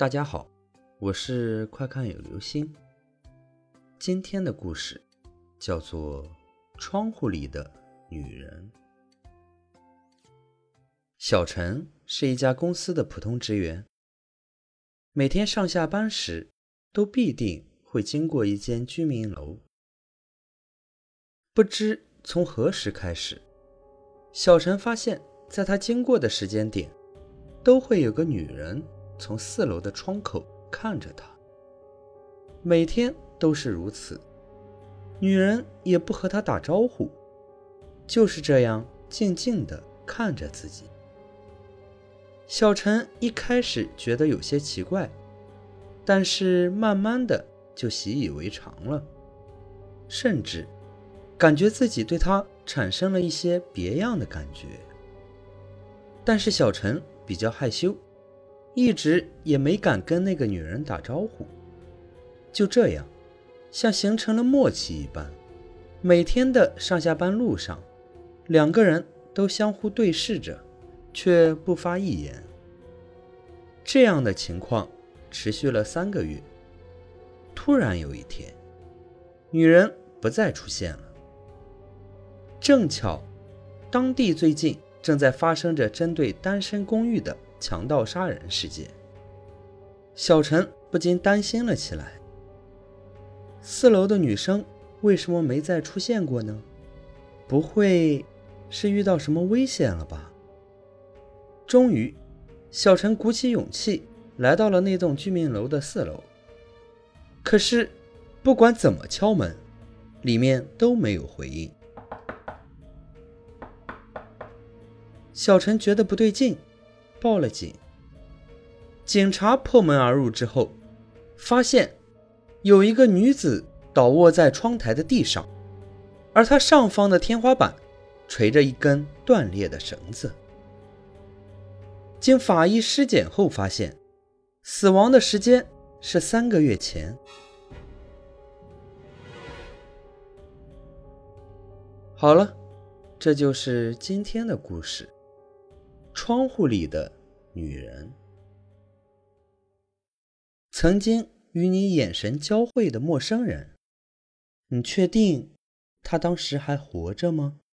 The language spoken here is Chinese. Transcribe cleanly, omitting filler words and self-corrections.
大家好，我是快看有流星。今天的故事叫做窗户里的女人。小陈是一家公司的普通职员，每天上下班时都必定会经过一间居民楼。不知从何时开始，小陈发现在他经过的时间点都会有个女人从4楼的窗口看着他，每天都是如此。女人也不和他打招呼，就是这样静静地看着自己。小陈一开始觉得有些奇怪，但是慢慢的就习以为常了，甚至感觉自己对他产生了一些别样的感觉。但是小陈比较害羞，一直也没敢跟那个女人打招呼。就这样，像形成了默契一般，每天的上下班路上，两个人都相互对视着，却不发一言。这样的情况持续了3个月。突然有一天，女人不再出现了。正巧当地最近正在发生着针对单身公寓的强盗杀人事件，小陈不禁担心了起来。4楼的女生为什么没再出现过呢？不会是遇到什么危险了吧？终于，小陈鼓起勇气来到了那栋居民楼的4楼。可是不管怎么敲门，里面都没有回应。小陈觉得不对劲，报了警。警察破门而入之后，发现有一个女子倒卧在窗台的地上，而她上方的天花板垂着一根断裂的绳子。经法医尸检后发现，死亡的时间是3个月前。好了，这就是今天的故事。窗户里的女人。曾经与你眼神交汇的陌生人，你确定他当时还活着吗？